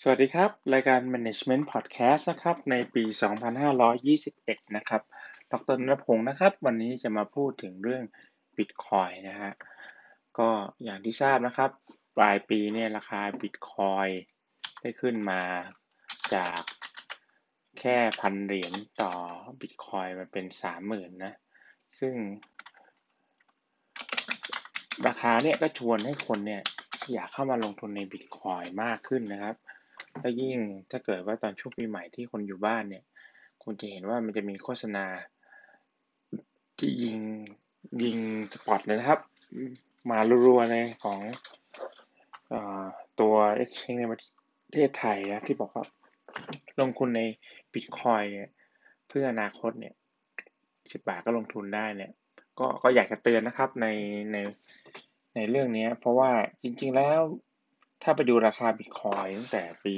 สวัสดีครับรายการ Management Podcast นะครับในปี 2521นะครับดรณพงศ์นะครับวันนี้จะมาพูดถึงเรื่องบิตคอยน์นะฮะก็อย่างที่ทราบนะครับปลายปีเนี่ยราคาบิตคอยน์ได้ขึ้นมาจากแค่1,000 เหรียญต่อบิตคอยน์มาเป็น30,000นะซึ่งราคาเนี่ยก็ชวนให้คนเนี่ยอยากเข้ามาลงทุนในบิตคอยน์มากขึ้นนะครับ แล้วยิ่งถ้าเกิดว่าตอนช่วงปีใหม่ที่คนอยู่บ้านเนี่ยคุณจะเห็นว่ามันจะมีโฆษณาที่ยิงสปอตเลยนะครับมารัวๆเลยของเอ่อตัว Exchange ในประเทศไทยนะที่บอกว่าลงทุนในบิตคอยเนี่ยเพื่ออนาคตเนี่ย10 บาทก็ลงทุนได้เนี่ยก็อยากจะเตือนนะครับในในเรื่องนี้เพราะว่าจริงๆแล้วถ้าไปดูราคาบิตคอยตั้งแต่ปี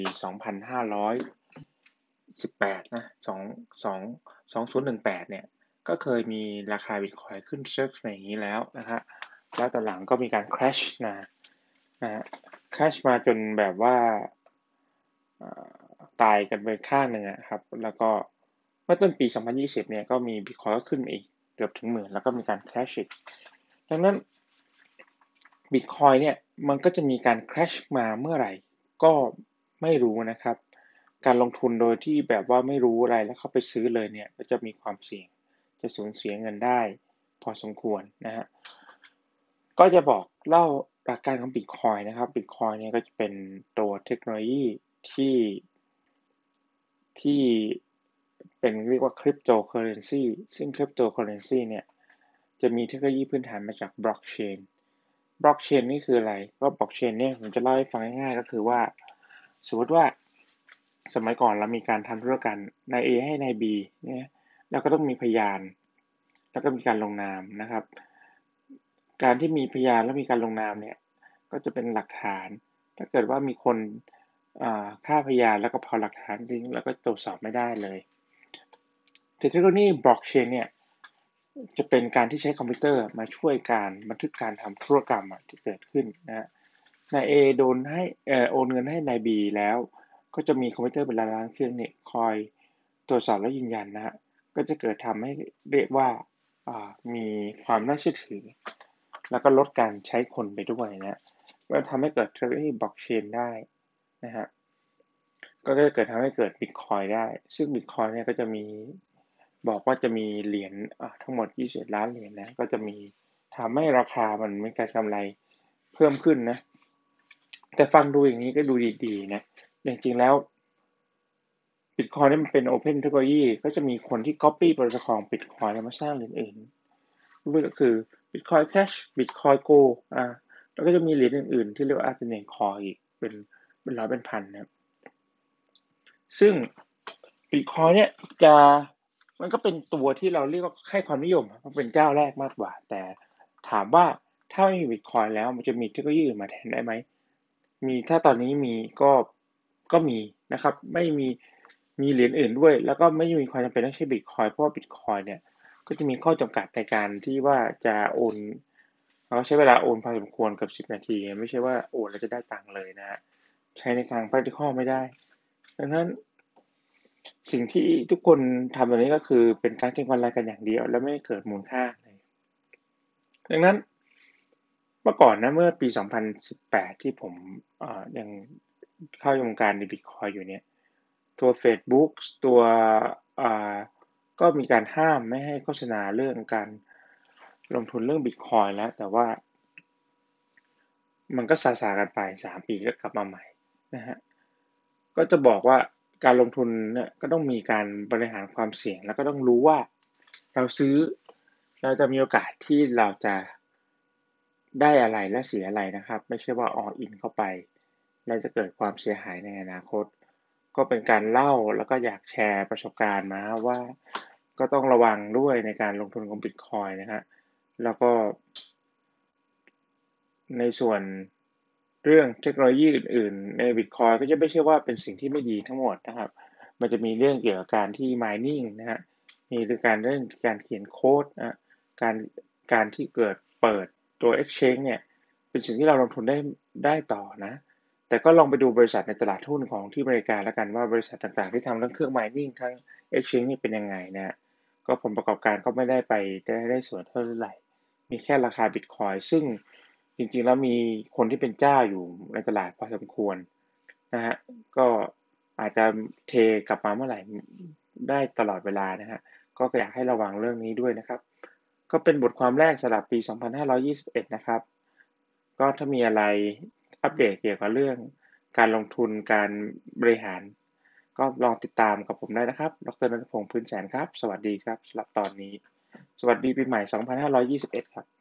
2518นะ2018เนี่ยก็เคยมีราคาบิตคอยขึ้นเซิร์ฟอย่างนี้แล้วนะฮะแล้วตอนหลังก็มีการ crash นะฮะ crash มาจนแบบว่าตายกันไปข้างหนึ่งครับแล้วก็เมื่อต้นปี2020เนี่ยก็มีบิตคอยก็ขึ้นมาอีกเกือบถึง10,000แล้วก็มีการ crash อีกดังนั้นบิตคอยเนี่ยมันก็จะมีการ crash มาเมื่อไหร่ก็ไม่รู้นะครับการลงทุนโดยที่แบบว่าไม่รู้อะไรแล้วเข้าไปซื้อเลยเนี่ยก็จะมีความเสี่ยงจะสูญเสียเงินได้พอสมควรนะฮะก็จะบอกเล่าหลักการของบิตคอยนะครับบิตคอยเนี่ยก็จะเป็นตัวเทคโนโลยีที่ ที่เป็นเรียกว่า Cryptocurrency ซึ่ง Cryptocurrency เนี่ยจะมีเทคโนโลยีพื้นฐานมาจาก Blockchain Blockchain นี่คืออะไรก็ Blockchain เนี่ยผมจะเล่าให้ฟังง่ายๆก็คือว่าสมมติว่าสมัยก่อนเรามีการทำธุรกรรมนาย A ให้นาย B เนี่ยแล้วก็ต้องมีพยานแล้วก็มีการลงนามนะครับการที่มีพยานและมีการลงนามเนี่ยก็จะเป็นหลักฐานถ้าเกิดว่ามีคนฆ่าพยานแล้วก็พอหลักฐานจริงแล้วก็ตรวจสอบไม่ได้เลยแต่เทคโนโลยีบล็อกเชนเนี่ยจะเป็นการที่ใช้คอมพิวเตอร์มาช่วยการบันทึกการทำธุรกรรมที่เกิดขึ้นนะฮะนาย A โดนให้โอนเงินให้นาย B แล้วก็จะมีคอมพิวเตอร์เป็นล้านๆเครื่องเนี่ยคอยตรวจสอบและยืนยันนะฮะก็จะเกิดทำให้เรียกว่ามีความน่าเชื่อถือแล้วก็ลดการใช้คนไปด้วยนะแล้วทำให้เกิดเทคโนโลยีบล็อกเชนได้นะฮะ ก็จะเกิดทำให้เกิดบิตคอยได้ซึ่งบิตคอยเนี่ยก็จะมีบอกว่าจะมีเหรียญทั้งหมด21ล้านเหรียญนะก็จะมีทำให้ราคามันมีการกำไรเพิ่มขึ้นนะแต่ฟังดูอย่างนี้ก็ดูดีๆนะจริงๆแล้วบิตคอยนี่มันเป็น Open Technology ก็จะมีคนที่ Copy โปรโตคอลบิตคอยแล้วมาสร้างเหรียญอื่นด้วยก็คือ Bitcoin Cash Bitcoin Go แล้วก็จะมีเหรียญอื่นๆที่เรียกว่า Alternate Coin อีกเป็นร้อยเป็นพันนะครับ ซึ่งบิตคอยเนี่ยจะมันก็เป็นตัวที่เราเรียกว่าให้ความนิยมเพราะเป็นเจ้าแรกมากกว่าแต่ถามว่าถ้าไม่มีบิตคอยแล้วมันจะมีเทคโนโลยีอื่นมาแทนได้ไหมมีถ้าตอนนี้มีก็มีนะครับไม่มีเหรียญอื่นด้วยแล้วก็ไม่มีความจำเป็นต้องใช้บิตคอยเพราะว่าบิตคอยเนี่ยก็จะมีข้อจำกัดในการที่ว่าจะโอนเราใช้เวลาโอนพอสมควรกับ10 นาทีไม่ใช่ว่าโอนแล้วจะได้ตังค์เลยนะฮะใช้ในทาง practical ไม่ได้ดังนั้น สิ่งที่ทุกคนทำตอนนี้ก็คือเป็นการเก็งกำไรกันอย่างเดียวแล้วไม่เกิดมูลค่าเลยดังนั้นเมื่อก่อนนะเมื่อปี2018ที่ผมยังเข้าวงการในบิตคอยอยู่เนี่ยตัวเฟซบุ๊กตัวอ่าก็มีการห้ามไม่ให้โฆษณาเรื่องการลงทุนเรื่องบิตคอยแล้วแต่ว่ามันก็ซาซากันไป3 ปีก็กลับมาใหม่นะฮะ ก็จะบอกว่าการลงทุนเนี่ยก็ต้องมีการบริหารความเสี่ยงแล้วก็ต้องรู้ว่าเราซื้อเราจะมีโอกาสที่เราจะได้อะไรและเสียอะไรนะครับไม่ใช่ว่า all in เข้าไปแล้วจะเกิดความเสียหายในอนาคตก็เป็นการเล่าแล้วก็อยากแชร์ประสบการณ์มาว่าก็ต้องระวังด้วยในการลงทุนของบิตคอยนะฮะแล้วก็ ในส่วนเรื่องเทคโนโลยีอื่นๆในบิตคอยก็จะไม่ใช่ว่าเป็นสิ่งที่ไม่ดีทั้งหมดนะครับมันจะมีเรื่องเกี่ยวกับการที่ mining นะฮะมีเรื่องการเขียนโค้ดการการที่เกิดเปิดตัว exchange เนี่ยเป็นสิ่งที่เราลงทุนได้ต่อนะแต่ก็ลองไปดูบริษัทในตลาดหุ้นของที่อเมริกาแล้วกันว่าบริษัทต่างๆที่ทำเรื่องเครื่อง mining ทั้ง exchange นี่เป็นยังไงนะครับก็ผลประกอบการก็ไม่ได้ไปได้สวยเท่าไรมีแค่ราคาบิตคอยน์ซึ่งจริงๆแล้วมีคนที่เป็นเจ้าอยู่ในตลาดพอสมควรนะครับก็อาจจะเทกลับมาเมื่อไหร่ได้ตลอดเวลานะครับก็อยากให้ระวังเรื่องนี้ด้วยนะครับก็เป็นบทความแรกสำหรับปี2521นะครับก็ถ้ามีอะไรอัปเดตเกี่ยวกับเรื่องการลงทุนการบริหารก็ลองติดตามกับผมได้นะครับดรณัฐพงษ์ พื้นแสนครับสวัสดีครับสำหรับตอนนี้สวัสดีปีใหม่2521ครับ